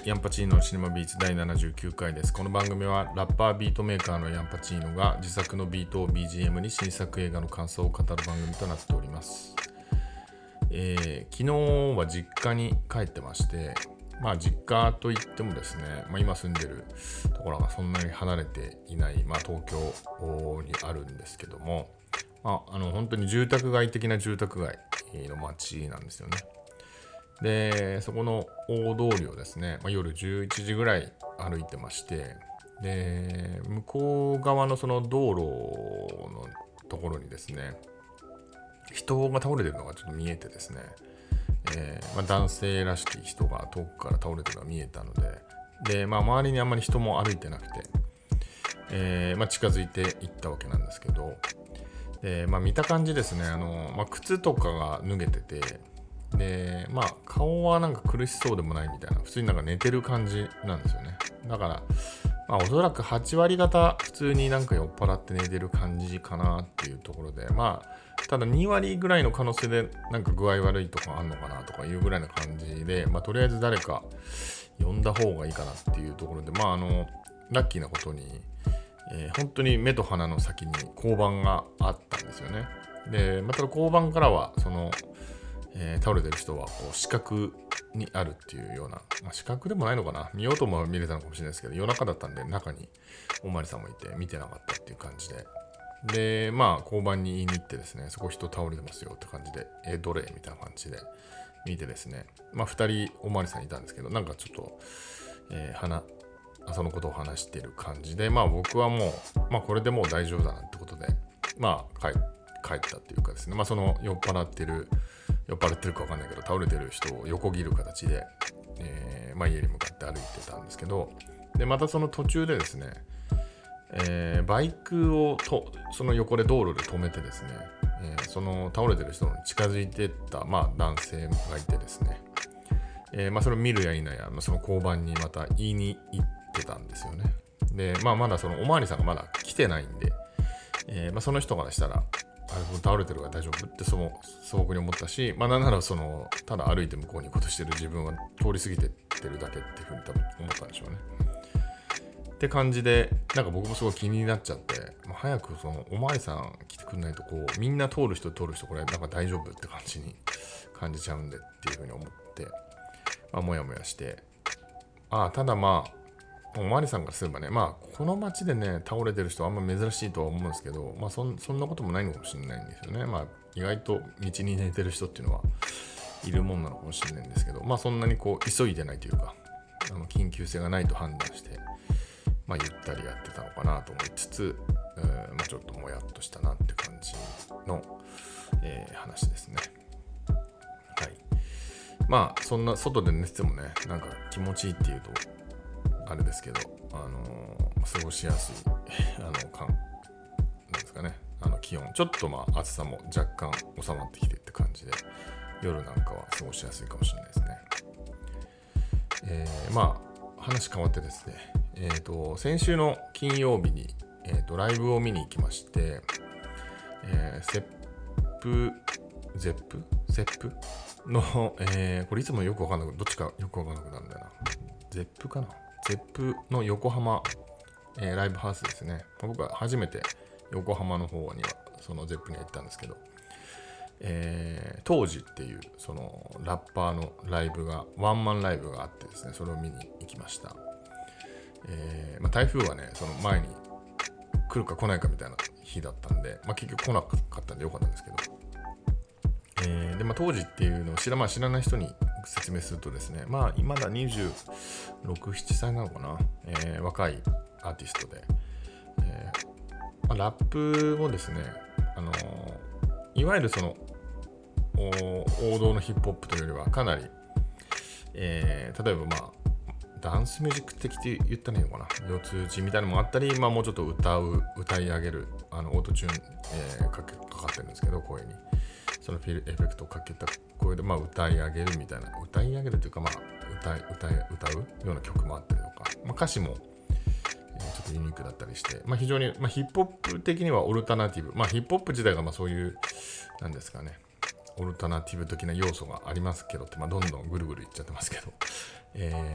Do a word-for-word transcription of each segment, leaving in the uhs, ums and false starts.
ヤンパチーノのシネマビーツだいななじゅうきゅうかいです。この番組はラッパービートメーカーのヤンパチーノが自作のビートを ビージーエム に新作映画の感想を語る番組となっております。えー、昨日は実家に帰ってまして、まあ実家といってもですね、まあ、今住んでるところがそんなに離れていない、まあ、東京にあるんですけども、まあ、あの本当に住宅街的な住宅街の街なんですよね。で、そこの大通りをですね、まあ、夜じゅういちじぐらい歩いてまして、で、向こう側のその道路のところにですね、人が倒れてるのがちょっと見えてですね、えーまあ、男性らしき人が遠くから倒れてるのが見えたので、で、まあ、周りにあんまり人も歩いてなくて、えーまあ、近づいていったわけなんですけど、で、まあ、見た感じですね、あの、まあ、靴とかが脱げてて、で、まあ、顔はなんか苦しそうでもないみたいな、普通になんか寝てる感じなんですよね。だから、まあ、おそらくはちわり方、普通になんか酔っ払って寝てる感じかなっていうところで、まあ、ただにわりぐらいの可能性で、なんか具合悪いとかあんのかなとかいうぐらいの感じで、まあ、とりあえず誰か呼んだ方がいいかなっていうところで、まあ、あの、ラッキーなことに、えー、本当に目と鼻の先に交番があったんですよね。で、まあ、ただ交番からは、その、えー、倒れてる人はこう視覚にあるっていうような、まあ、視覚でもないのかな、見ようとも見れたのかもしれないですけど、夜中だったんで中におまわりさんもいて見てなかったっていう感じで、で、まあ交番に言いに行ってですね、そこ人倒れてますよって感じで、えー、どれみたいな感じで見てですね、まあふたりおまわりさんいたんですけど、なんかちょっと、えー、話そのことを話してる感じで、まあ僕はもう、まあこれでもう大丈夫だなってことで、まあ帰帰ったっていうかですね、まあその酔っ払ってる酔っ払ってるか分かんないけど倒れてる人を横切る形で、えーまあ、家に向かって歩いてたんですけど、でまたその途中でですね、えー、バイクをとその横で道路で止めてですね、えー、その倒れてる人に近づいていった、まあ、男性がいてですね、えーまあ、それを見るやいなやその交番にまた言いに行ってたんですよね。で、まあ、まだそのおまわりさんがまだ来てないんで、えーまあ、その人からしたらあれ倒れてるから大丈夫ってその素朴に思ったし、まあなんならそのただ歩いて向こうに行こうとしてる自分は通り過ぎてってるだけっていうふうに多分思ったんでしょうね。って感じで、なんか僕もすごい気になっちゃって、まあ、早くそのおまわりさん来てくんないとこうみんな通る人通る人これなんか大丈夫って感じに感じちゃうんでっていうふうに思って、まあもやもやして、ああただまあおまわりさんからすればね、まあ、この街でね、倒れてる人はあんま珍しいとは思うんですけど、まあそん、そんなこともないのかもしれないんですよね。まあ、意外と道に寝てる人っていうのはいるもんなのかもしれないんですけど、まあ、そんなにこう、急いでないというか、あの緊急性がないと判断して、まあ、ゆったりやってたのかなと思いつつ、えーまあ、ちょっともやっとしたなって感じの、えー話ですね。はい。まあ、そんな外で寝ててもね、なんか気持ちいいっていうと、あれですけど、あのー、過ごしやすいあの感なんですかね、あの気温ちょっとまあ暑さも若干収まってきてって感じで夜なんかは過ごしやすいかもしれないですね。えー、まあ話変わってですね、えーと先週の金曜日に、えーとライブを見に行きまして、えー、セップゼップセップの、えー、これいつもよくわかんなくどっちかよくわかんなくなるんだよな。ゼップかなゼップの横浜、えー、ライブハウスですね。僕は初めて横浜の方にはそのゼップには行ったんですけど、えー、当時っていうそのラッパーのライブがワンマンライブがあってですね、それを見に行きました。えーまあ、台風はねその前に来るか来ないかみたいな日だったんで、まあ、結局来なかったんでよかったんですけど、えーでまあ、当時っていうのを知ら、まあ、知らない人に説明するとですね、まあまだにじゅうろく、ななさいなのかな、えー、若いアーティストで、えーまあ、ラップもですね、あのー、いわゆるその王道のヒップホップというよりはかなり、えー、例えばまあダンスミュージック的って言ったらいいのかな、四つ打ちみたいなのもあったり、まあ、もうちょっと歌う歌い上げるあのオートチューン、えー、かけかかってるんですけど、声にそのフィルエフェクトをかけた声で、まあ、歌い上げるみたいな、歌い上げるというか、まあ、歌い歌い歌うような曲もあったりとか、まあ、歌詞も、えー、ちょっとユニークだったりして、まあ、非常に、まあ、ヒップホップ的にはオルタナティブ、まあ、ヒップホップ自体がまあそういうなんですかね、オルタナティブ的な要素がありますけどって、まあ、どんどんぐるぐるいっちゃってますけど、えー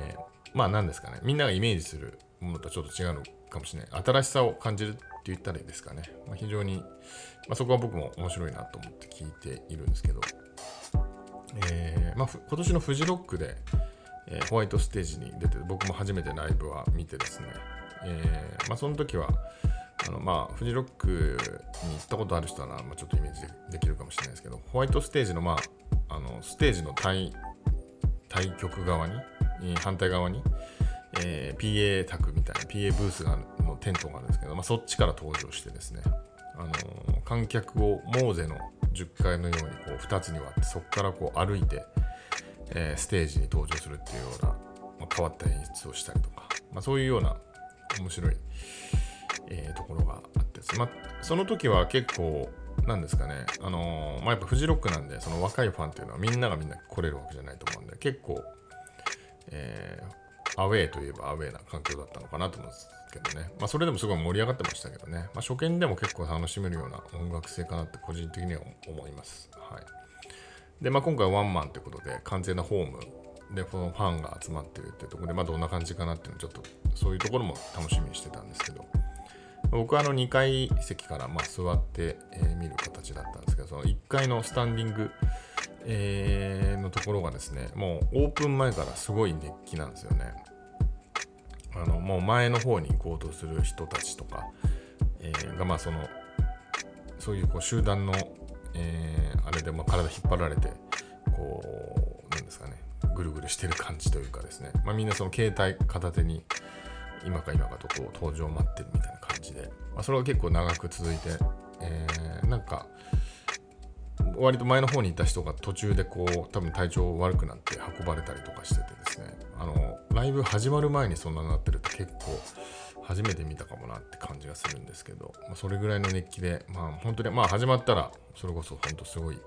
まあ何ですかね、みんながイメージするものとちょっと違うのかもしれない。新しさを感じるって言ったらいいですかね。まあ、非常に、まあ、そこは僕も面白いなと思って聞いているんですけど、えーまあ、今年のフジロックで、えー、ホワイトステージに出て、僕も初めてライブは見てですね、えーまあ、その時はあの、まあ、フジロックに行ったことある人は、まあ、ちょっとイメージ で, できるかもしれないですけど、ホワイトステージの、まあ、あのステージの対対極側に、反対側に、えー、ピーエー 卓みたいな ピーエー ブースがのテントがあるんですけど、まあ、そっちから登場してですね、あのー、観客をモーゼのじゅっかいのようにこうふたつに割って、そこからこう歩いて、えー、ステージに登場するっていうような、まあ、変わった演出をしたりとか、まあ、そういうような面白い、えー、ところがあってですね、まあ、その時は結構なんですかね、あのーまあ、やっぱフジロックなんで、その若いファンっていうのはみんながみんな来れるわけじゃないと思うんで、結構、えー、アウェーといえばアウェーな環境だったのかなと思うんですけどね、まあ、それでもすごい盛り上がってましたけどね、まあ、初見でも結構楽しめるような音楽性かなって個人的には思います。はい。で、まあ、今回ワンマンということで完全なホームでこのファンが集まってるっていうところで、まあ、どんな感じかなっていうのをちょっとそういうところも楽しみにしてたんですけど、僕はあのにかい席からまあ座って、えー、見る形だったんですけど、そのいっかいのスタンディング、えー、のところがですね、もうオープン前からすごい熱気なんですよね。あのもう前の方に行こうとする人たちとか、えー、がまあそのそういうこう集団の、えー、あれでまあ体引っ張られてこうなんですかね、ぐるぐるしてる感じというかですね、まあ、みんなその携帯片手に今か今かとこう登場を待ってるみたいな感じで、まあ、それが結構長く続いて、えー、なんか割と前の方にいた人が途中でこう多分体調悪くなって運ばれたりとかしててですね、あのライブ始まる前にそんなになってるって結構初めて見たかもなって感じがするんですけど、まあ、それぐらいの熱気で、まあ本当にまあ始まったらそれこそ本当すごい、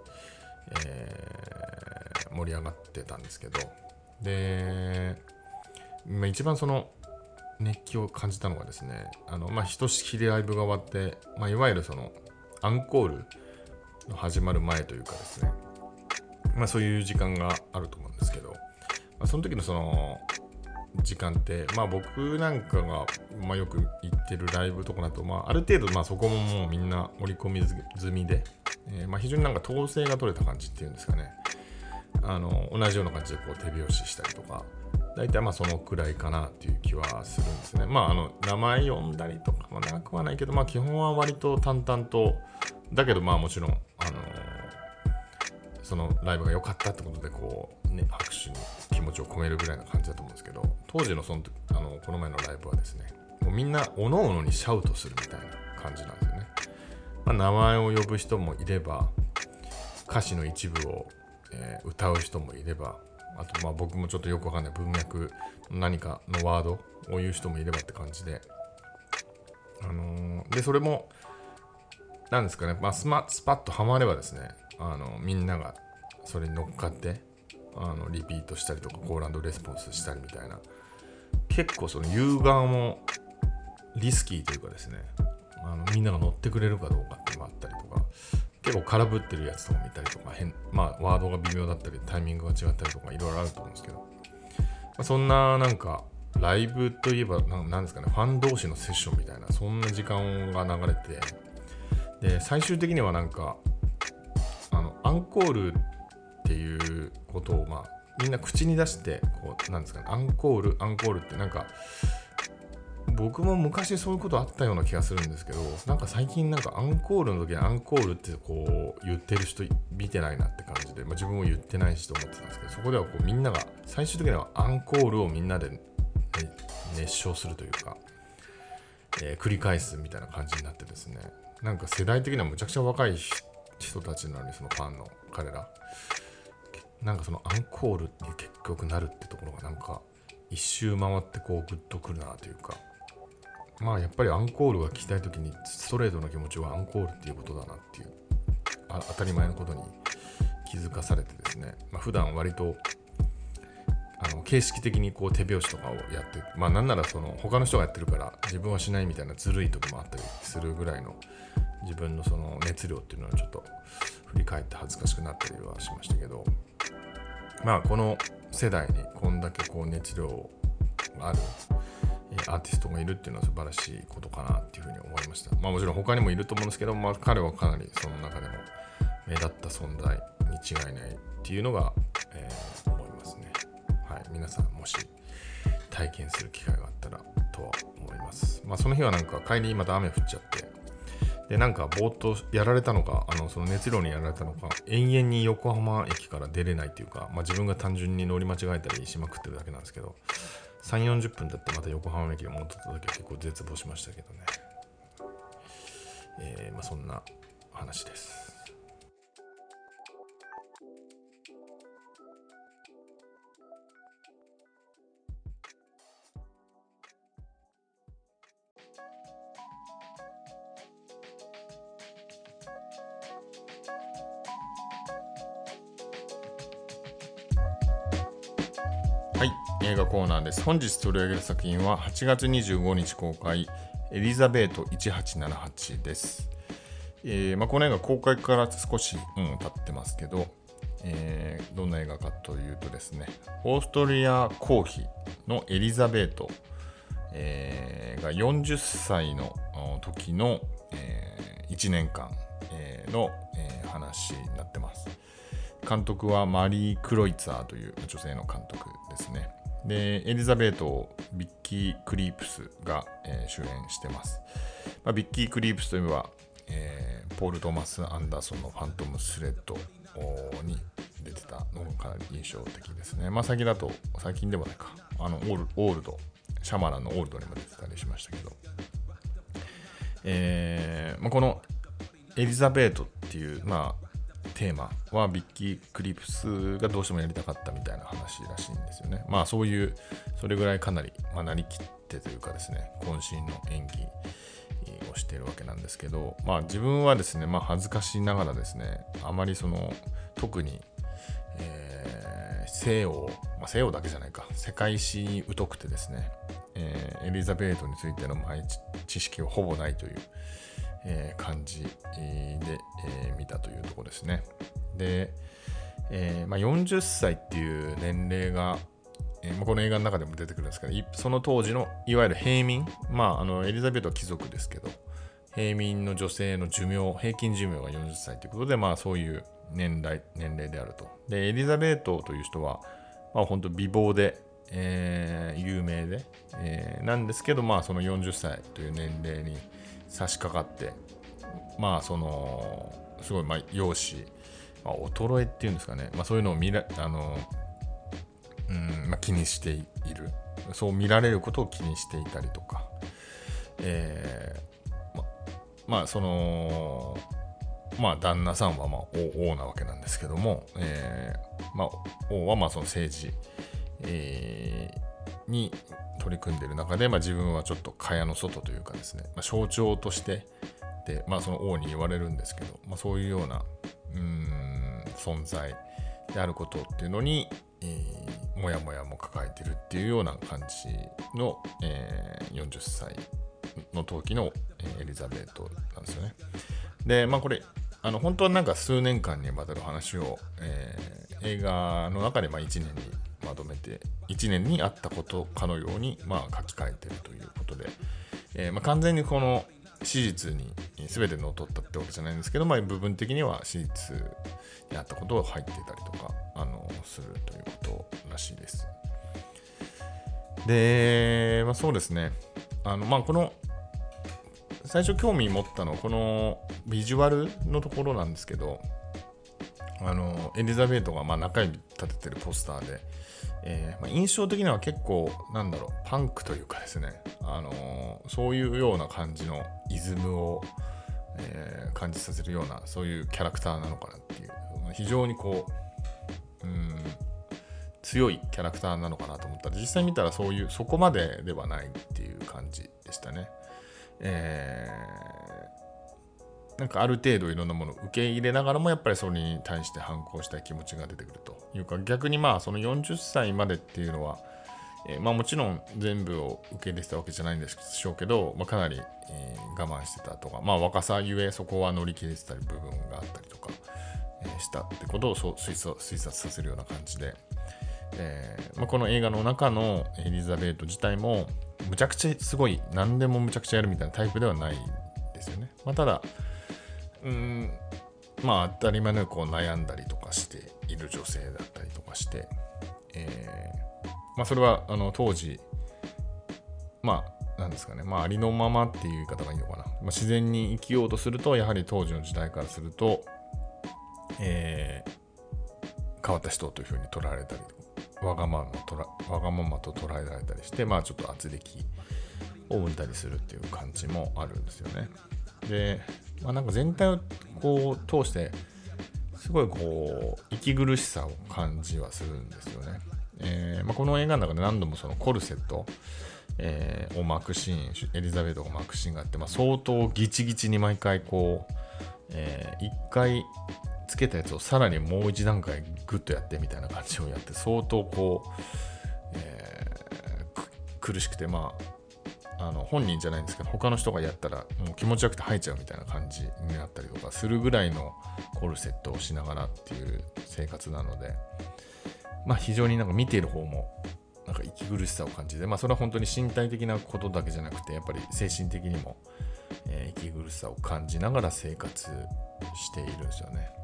えー、盛り上がってたんですけど、で、まあ、一番その熱気を感じたのがですね、あのまあひとしきりライブが終わって、まあ、いわゆるそのアンコールの始まる前というかですね、まあそういう時間があると思うんですけど、まあ、その時のその時間って、まあ僕なんかが、まあ、よく行ってるライブとかだと、まあある程度まあそこももうみんな織り込み済みで、えー、まあ非常になんか統制が取れた感じっていうんですかね、あの同じような感じでこう手拍子したりとか、大体まあそのくらいかなっていう気はするんですね。まああの名前呼んだりとかもなくはないけど、まあ基本は割と淡々と、だけどまあもちろん、あのー、そのライブが良かったってことでこう、ね、拍手に気持ちを込めるぐらいな感じだと思うんですけど、当時のそのあのこの前のライブはですね、もうみんな各々にシャウトするみたいな感じなんですよね。まあ、名前を呼ぶ人もいれば、歌詞の一部を、えー、歌う人もいれば、あとまあ僕もちょっとよくわかんない文脈何かのワードを言う人もいればって感じで、あのー、でそれもなんですかね、まあ、ス, マスパッとハマればですね、あのみんながそれに乗っかってあのリピートしたりとかコール&レスポンスしたりみたいな、結構その言う側もリスキーというかですね、あのみんなが乗ってくれるかどうかっていうのもあったりとか、結構空振ってるやつとか見たりとか、変、まあ、ワードが微妙だったりタイミングが違ったりとかいろいろあると思うんですけど、まあ、そんななんかライブといえばな、なんですかね、ファン同士のセッションみたいな、そんな時間が流れて、で最終的にはなんかあのアンコールっていうことを、まあ、みんな口に出してこうなんですかね、アンコールアンコールってなんか僕も昔そういうことあったような気がするんですけど、なんか最近なんかアンコールの時にアンコールってこう言ってる人見てないなって感じで、まあ、自分も言ってないしと思ってたんですけど、そこではこうみんなが最終的にはアンコールをみんなで、ね、熱唱するというか、えー、繰り返すみたいな感じになってですね、なんか世代的にはむちゃくちゃ若い人たちなのに、そのファンの彼らなんかそのアンコールに結局なるってところがなんか一周回ってこうグッとくるなというか、まあやっぱりアンコールが聞きたいときにストレートな気持ちはアンコールっていうことだなっていうあ当たり前のことに気づかされてですね、まあ、普段割とあの形式的にこう手拍子とかをやって、まあなんならその他の人がやってるから自分はしないみたいなずるいとこもあったりするぐらいの自分のその熱量っていうのはちょっと振り返って恥ずかしくなったりはしましたけど、まあこの世代にこんだけこう熱量をがあるアーティストがいるっていうのは素晴らしいことかなっていうふうに思いました。まあもちろん他にもいると思うんですけど、まあ彼はかなりその中でも目立った存在に違いないっていうのが、えー、思いますね。はい、皆さんもし体験する機会があったらとは思います。まあその日はなんか帰りまた雨降っちゃって、でなんかぼーっとやられたのか、あのその熱量にやられたのか、延々に横浜駅から出れないっていうか、まあ自分が単純に乗り間違えたりしまくってるだけなんですけど、さんじゅうよんじゅっぷん経ってまた横浜駅に戻った時は結構絶望しましたけどね。えー、まあそんな話です。はい、映画コーナーです。本日取り上げる作品ははちがつにじゅうごにち公開、エリザベートいちはちななはちです。えーまあ、この映画公開から少し、うん、経ってますけど、えー、どんな映画かというとですね、オーストリア公妃のエリザベート、えー、がよんじゅっさいの時の、えー、いちねんかん、えー、の、えー、話になってます。監督はマリー・クロイツァーという女性の監督ですね。で、エリザベートをビッキー・クリープスが、えー、主演してます。まあ、ビッキー・クリープスといえば、えー、ポール・トーマス・アンダーソンのファントム・スレッドに出てたのがかなり印象的ですね。まあ最近だと、最近でもないか、あのオール、オールド、シャマランのオールドにも出てたりしましたけど、えーまあ、このエリザベートっていう、まあ、テーマはビッキー・クリープスがどうしてもやりたかったみたいな話らしいんですよね。まあそういう、それぐらいかなり、まあ、なりきってというかですね、渾身の演技をしているわけなんですけど、まあ自分はですね、まあ恥ずかしながらですね、あまりその、特に、えー、西洋、まあ、西洋だけじゃないか、世界史に疎くてですね、えー、エリザベートについての知識がほぼないという、えー、感じで、えー、見たというところですね。で、えーまあ、よんじゅっさいっていう年齢が、えーまあ、この映画の中でも出てくるんですけど、その当時のいわゆる平民、まあ、あのエリザベートは貴族ですけど、平民の女性の寿命、平均寿命がよんじゅっさいということで、まあ、そういう年代、年齢であると。で、エリザベートという人は、まあ、本当美貌で、えー、有名で、えー、なんですけど、まあ、そのよんじゅっさいという年齢に差し掛かって、まあそのすごいまあ容姿、まあ、衰えっていうんですかね、まあ、そういうのを見らあの、うんまあ、気にしている、そう見られることを気にしていたりとか、えー、ま, まあそのまあ旦那さんはまあ 王, 王なわけなんですけども、えーまあ、王はまあその政治、えー、に取り組んでいる中で、まあ、自分はちょっと蚊帳の外というかですね、まあ、象徴としてで、まあ、その王に言われるんですけど、まあ、そういうようなうーん存在であることっていうのに、えー、もやもやも抱えてるっていうような感じの、えー、よんじゅっさいの時のエリザベートなんですよね。で、まあこれあの本当はなんか数年間にわたる話を、えー、映画の中でまあいちねんにまとめていちねんにあったことかのようにまあ書き換えているということで、えーまあ、完全にこの史実に全てのっとったってわけじゃないんですけど、まあ、部分的には史実にあったことが入っていたりとかあのするということらしいです。で、まあ、そうですね、あのまあこの最初興味持ったのはこのビジュアルのところなんですけど、あのエリザベートがまあ中指立ててるポスターで、えーまあ、印象的には結構なんだろうパンクというかですね、あのー、そういうような感じのイズムを、えー、感じさせるようなそういうキャラクターなのかなっていう、非常にこう、うーん強いキャラクターなのかなと思ったら実際見たらそういうそこまでではないっていう感じでしたね。えー、なんかある程度いろんなものを受け入れながらもやっぱりそれに対して反抗したい気持ちが出てくるというか、逆にまあそのよんじゅっさいまでっていうのは、えー、まあもちろん全部を受け入れてたわけじゃないんでしょうけど、まあ、かなり、えー、我慢してたとか、まあ若さゆえそこは乗り切れてたり部分があったりとか、えー、したってことをそう推察、推察させるような感じで、 えーまあ、この映画の中のエリザベート自体もむちゃくちゃすごい何でもむちゃくちゃやるみたいなタイプではないんですよね。まあ、ただうーんまあ当たり前のようにこう悩んだりとかしている女性だったりとかして、えーまあ、それはあの当時まあなんですかね、まあ、ありのままっていう言い方がいいのかな、まあ、自然に生きようとするとやはり当時の時代からすると、えー、変わった人というふうに捉えられたりわがままとらわがままと捉えられたりして、まあちょっと圧力を生んだりするっていう感じもあるんですよね。で、まあ、なんか全体をこう通してすごいこう息苦しさを感じはするんですよね。えーまあ、この映画の中で何度もそのコルセット、えー、を巻くシーン、エリザベートが巻くシーンがあって、まあ、相当ギチギチに毎回こう、えー、いっかいつけたやつをさらにもう一段階グッとやってみたいな感じをやって相当こう、えー、苦しくて、まああの本人じゃないんですけど他の人がやったらもう気持ちよくて吐いちゃうみたいな感じになったりとかするぐらいのコルセットをしながらっていう生活なので、まあ非常になんか見ている方もなんか息苦しさを感じて、まあそれは本当に身体的なことだけじゃなくてやっぱり精神的にも、えー、息苦しさを感じながら生活しているんですよね。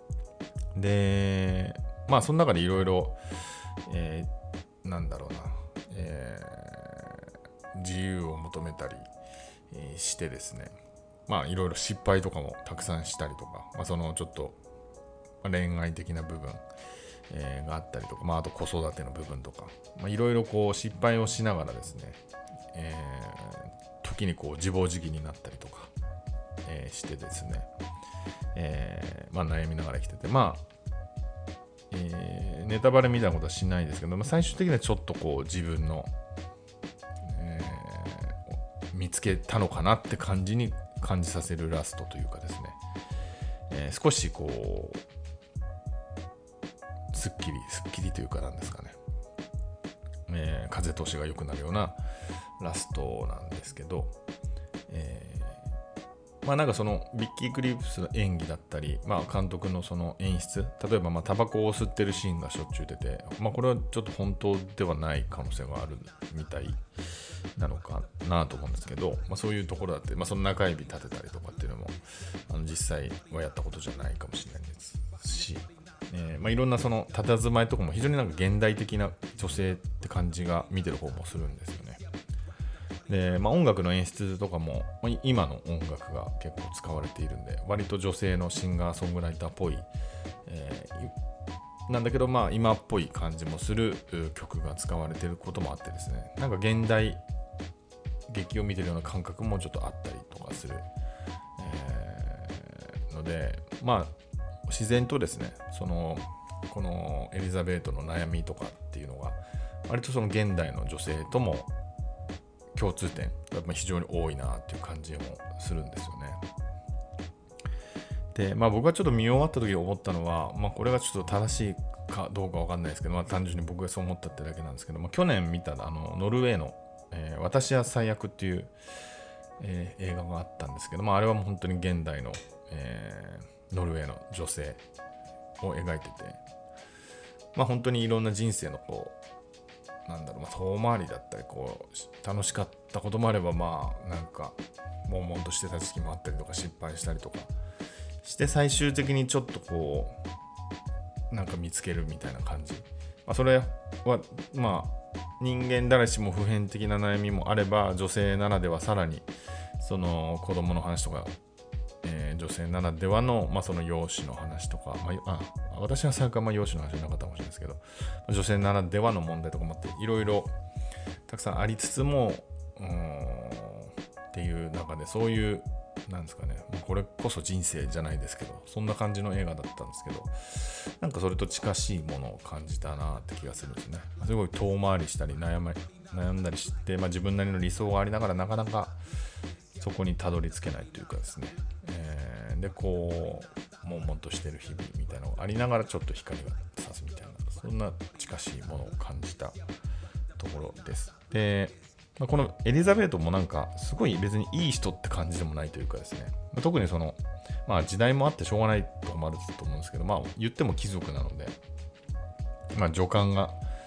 で、まあその中でいろいろなんだろうな、えー、自由を求めたり、えー、してですね、まあいろいろ失敗とかもたくさんしたりとか、まあ、そのちょっと恋愛的な部分、えー、があったりとか、まあ、あと子育ての部分とか、まあ、いろいろこう失敗をしながらですね、えー、時にこう自暴自棄になったりとか、えー、してですね、えーまあ、悩みながら生きてて、まあえー、ネタバレみたいなことはしないですけど、まあ、最終的にはちょっとこう自分の、えー、見つけたのかなって感じに感じさせるラストというかですね、えー、少しこうすっきりすっきりというかなんですかね、えー、風通しが良くなるようなラストなんですけど、えー、まあなんかそのビッキー・クリプスの演技だったり、まあ監督のその演出、例えばまあタバコを吸ってるシーンがしょっちゅう出て、まあこれはちょっと本当ではない可能性があるみたいなのかなと思うんですけど、まあそういうところだって、まあその中指立てたりとかっていうのもあの実際はやったことじゃないかもしれないですし、えーまあ、いろんなその佇まいとかも非常になんか現代的な女性って感じが見てる方もするんですよね。で、まあ、音楽の演出とかも今の音楽が結構使われているんで割と女性のシンガーソングライターっぽい、えー、なんだけどまあ今っぽい感じもする曲が使われていることもあってですね、なんか現代劇を見てるような感覚もちょっとあったりとかする、えー、のでまあ自然とですね、そのこのエリザベートの悩みとかっていうのが割とその現代の女性とも共通点が非常に多いなっていう感じもするんですよね。で、まあ僕がちょっと見終わった時に思ったのは、まあこれがちょっと正しいかどうかわかんないですけど、まあ単純に僕がそう思ったってだけなんですけど、まあ去年見たあのノルウェーの、えー、私は最悪っていう、えー、映画があったんですけど、まああれはもう本当に現代の、えーノルウェーの女性を描いてて、まあ本当にいろんな人生のこうなんだろう、まあ、遠回りだったりこう楽しかったこともあれば、まあなんか悶々としてた時期もあったりとか失敗したりとかして最終的にちょっとこうなんか見つけるみたいな感じ、まあ、それはまあ人間誰しも普遍的な悩みもあれば女性ならではさらにその子供の話とかえー、女性ならではの、まあ、その容姿の話とか、まあ、あ私は最初は容姿の話じゃなかったかもしれないですけど女性ならではの問題とかもあっていろいろたくさんありつつもうーんっていう中でそういうなんですかね、これこそ人生じゃないですけどそんな感じの映画だったんですけどなんかそれと近しいものを感じたなって気がするんですね。すごい遠回りしたり悩ま悩んだりして、まあ、自分なりの理想がありながらなかなかそこにたどり着けないというかですね、えー、でこう悶々としてる日々みたいなのがありながらちょっと光が差すみたいなそんな近しいものを感じたところです。で、まあ、このエリザベートもなんかすごい別にいい人って感じでもないというかですね、まあ、特にそのまあ時代もあってしょうがないところもあると思うんですけど、まあ言っても貴族なので、まあ女官が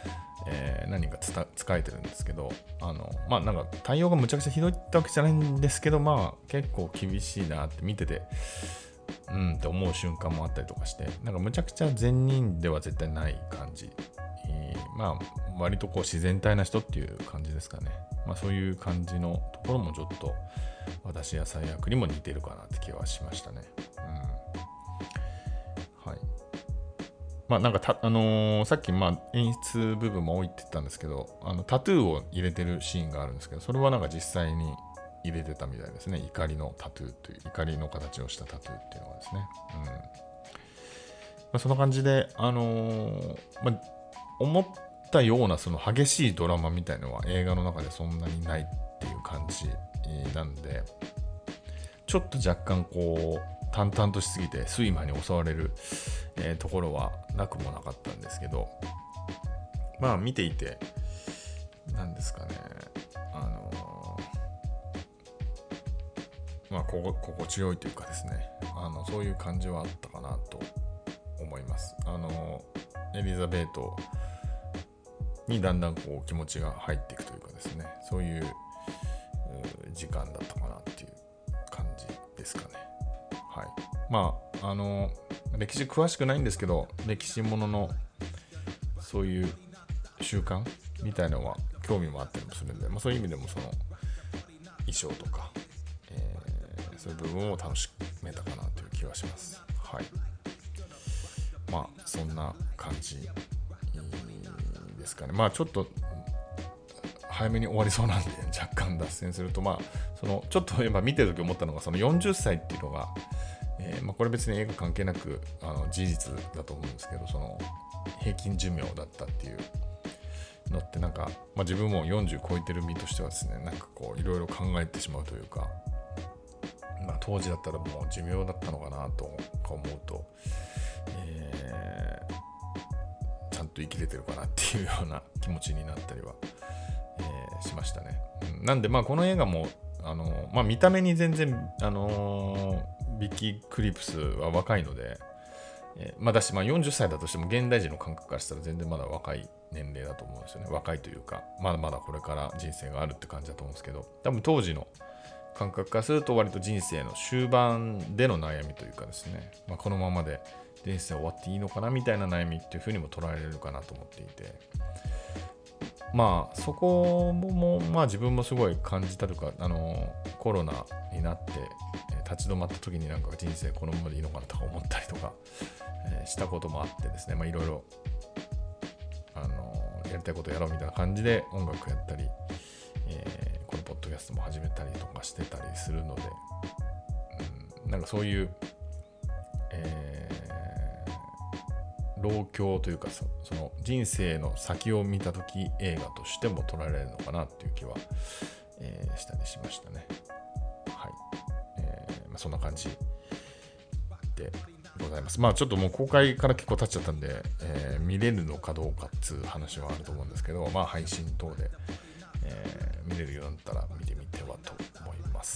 えー、何人かつた使えてるんですけど、あのまあなんか対応がむちゃくちゃひどいってわけじゃないんですけど、まあ結構厳しいなって見ててうんって思う瞬間もあったりとかして、なんかむちゃくちゃ善人では絶対ない感じ、えー、まあ割とこう自然体な人っていう感じですかね。まあそういう感じのところもちょっと私や最悪にも似てるかなって気はしましたね。うん、はい。まあなんかた、あのー、さっきまあ演出部分も多いって言ったんですけど、あのタトゥーを入れてるシーンがあるんですけど、それはなんか実際に入れてたみたいですね。怒りのタトゥーという、怒りの形をしたタトゥーっていうのがですね。うんまあ、そんな感じで、あのーまあ、思ったようなその激しいドラマみたいのは映画の中でそんなにないっていう感じなんで、ちょっと若干こう、淡々としすぎて睡魔に襲われる、えー、ところはなくもなかったんですけど、まあ見ていて何ですかね、あのー、まあここ心地よいというかですね、あのそういう感じはあったかなと思います。あのエリザベートにだんだんこう気持ちが入っていくというかですね、そういう時間だったかなっていう感じですかね。はい。まああの歴史詳しくないんですけど、歴史もののそういう習慣みたいなのは興味もあったりもするんで、まあ、そういう意味でもその衣装とか、えー、そういう部分を楽しめたかなという気はします。はい。まあそんな感じですかね。まあちょっと早めに終わりそうなんで若干脱線すると、まあそのちょっと今見てる時思ったのが、そのよんじゅっさいっていうのが、えーまあ、これ別に映画関係なくあの事実だと思うんですけど、その平均寿命だったっていうのってなんか、まあ、自分もよんじゅう超えてる身としてはですね、なんかこういろいろ考えてしまうというか、まあ、当時だったらもう寿命だったのかなと思うと、えー、ちゃんと生きれてるかなっていうような気持ちになったりは、えー、しましたね。うん、なんでまあこの映画もあの、まあ、見た目に全然、あのー、ビッキー・クリプスは若いので、えー、まあだし、まあ、よんじゅっさいだとしても現代人の感覚からしたら全然まだ若い年齢だと思うんですよね。若いというか、まだまだこれから人生があるって感じだと思うんですけど、多分当時の感覚からすると割と人生の終盤での悩みというかですね、まあ、このままで人生終わっていいのかなみたいな悩みっていうふうにも捉えられるかなと思っていて、まあそこもまあ自分もすごい感じたというか、あのコロナになって立ち止まった時になんか人生このままでいいのかなとか思ったりとか、えー、したこともあってですね、まあいろいろあのやりたいことやろうみたいな感じで音楽やったり、えー、このポッドキャストも始めたりとかしてたりするので、うん、なんかそういう、えー、老境というか そ, その人生の先を見たとき映画としても捉えられるのかなっていう気は、えー、したりしましたね。はい、えーまあ、そんな感じでございます。まあちょっともう公開から結構経っちゃったんで、えー、見れるのかどうかっていう話はあると思うんですけど、まあ配信等で、えー、見れるようになったら見てみてはと思います。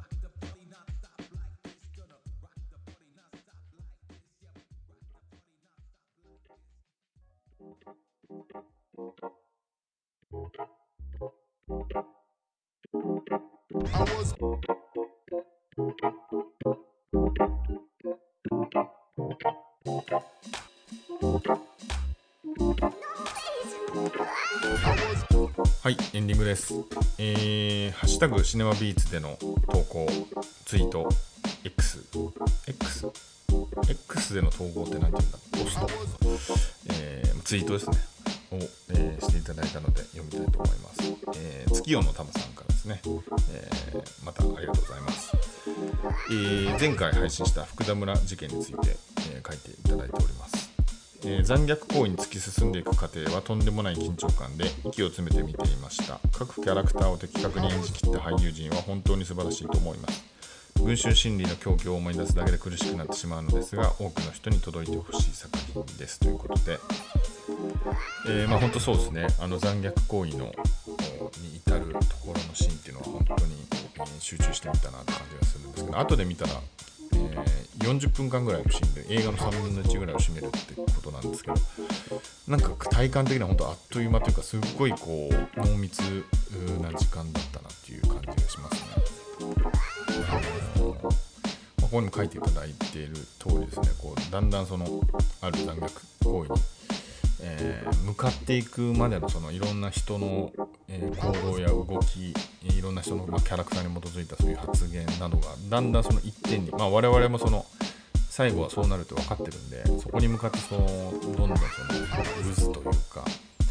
はい、エンディングです。えー、ハッシュタグシネマビーツでの投稿、ツイート、X、X、X での投稿って何て言うんだ、ポスト、えー、ツイートですね、を、えー、していただいたので読みたいと思います。えー、月夜のタムさんからですね、えー、またありがとうございます。えー、前回配信した福田村事件について、えー、書いていただいております。えー、残虐行為に突き進んでいく過程はとんでもない緊張感で息を詰めて見ていました。各キャラクターを的確に演じきった俳優陣は本当に素晴らしいと思います。群衆心理の狂気を思い出すだけで苦しくなってしまうのですが、多くの人に届いてほしい作品ですということで、えー、まあ本当そうですね。あの残虐行為のに至るところのシーンっていうのは本当に集中してみたなって感じがするんですけど、後で見たらえー、よんじゅっぷんかんぐらいのシーンで映画のさんぶんのいちぐらいを占めるってことなんですけど、なんか体感的には本当あっという間というか、すっごいこう濃密な時間だったなっていう感じがしますね。あのーまあ、ここにも書いていただいている通りですね、こうだんだんそのある残虐行為に、えー、向かっていくまでのそのいろんな人の、えー、行動や動き、いろんな人の、まあ、キャラクターに基づいたそういう発言などがだんだんその一点に、まあ、我々もその最後はそうなるって分かってるんで、そこに向かってそのどんどんその渦というか、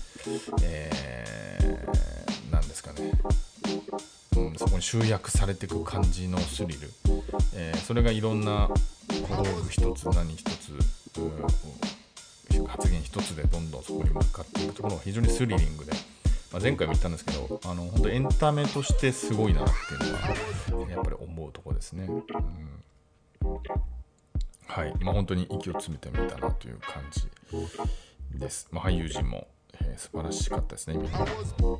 えー、なんですかね、うん、そこに集約されていく感じのスリル、えー、それがいろんな小道具一つ何一つ、うん、発言一つでどんどんそこに向かっていくところが非常にスリリングで、まあ、前回も言ったんですけど、あの本当エンタメとしてすごいなっていうのはやっぱり思うところですね。うん、はい、まあ、本当に息を詰めてみたなという感じです。まあ、俳優陣も、えー、素晴らしかったですね、みんな。うん、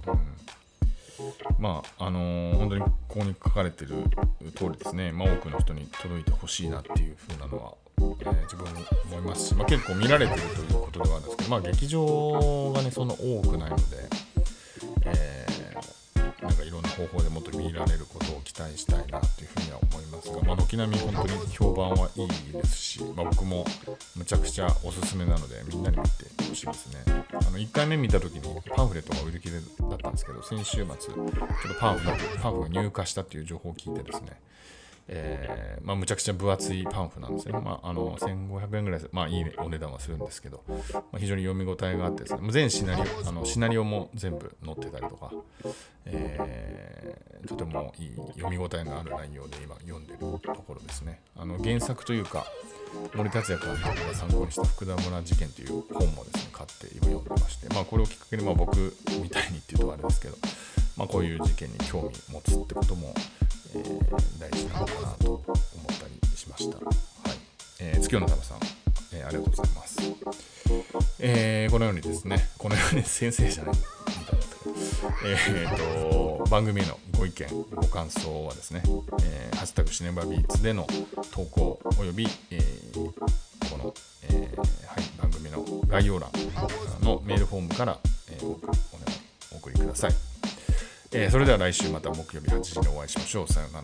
まああのー、本当にここに書かれてる通りですね、まあ、多くの人に届いてほしいなっていう風なのは、えー、自分も思いますし、まあ、結構見られてるということではあるんですけど、まあ、劇場がねそんな多くないので、えー、なんかいろんな方法でもっと見られることを期待したいなというふうには思いますが、まあ、軒並み本当に評判はいいですし、まあ、僕もむちゃくちゃおすすめなのでみんなに見てほしいですね。あのいっかいめ見た時にパンフレットが売り切れだったんですけど、先週末ちょっとパンフパンフが入荷したっていう情報を聞いてですね、えーまあ、むちゃくちゃ分厚いパンフなんですね。まあ、あのせんごひゃくえんぐらい、まあ、いいお値段はするんですけど、まあ、非常に読み応えがあってですね、全シナリオ、あのシナリオも全部載ってたりとか、えー、とてもいい読み応えのある内容で今読んでるところですね。あの原作というか森達也監督が参考にした福田村事件という本もですね買って今読んでまして、まあ、これをきっかけに、まあ、僕みたいにっていうとあれですけど、まあ、こういう事件に興味持つってことも、えー、大事なのかなと思ったりしました。はい、えー、月夜の太郎さん、えー、ありがとうございます。えー、このようにですね、このように先生じゃないみたいなえー、と番組へのご意見ご感想はですね、えー、ハッシュタグシネマビーツでの投稿および、えー、この、えーはい、番組の概要欄のメールフォームから、えー、お送りお送りください。えー、それでは来週また木曜日はちじにお会いしましょう。さような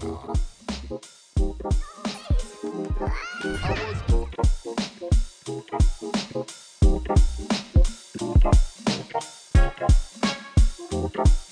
ら。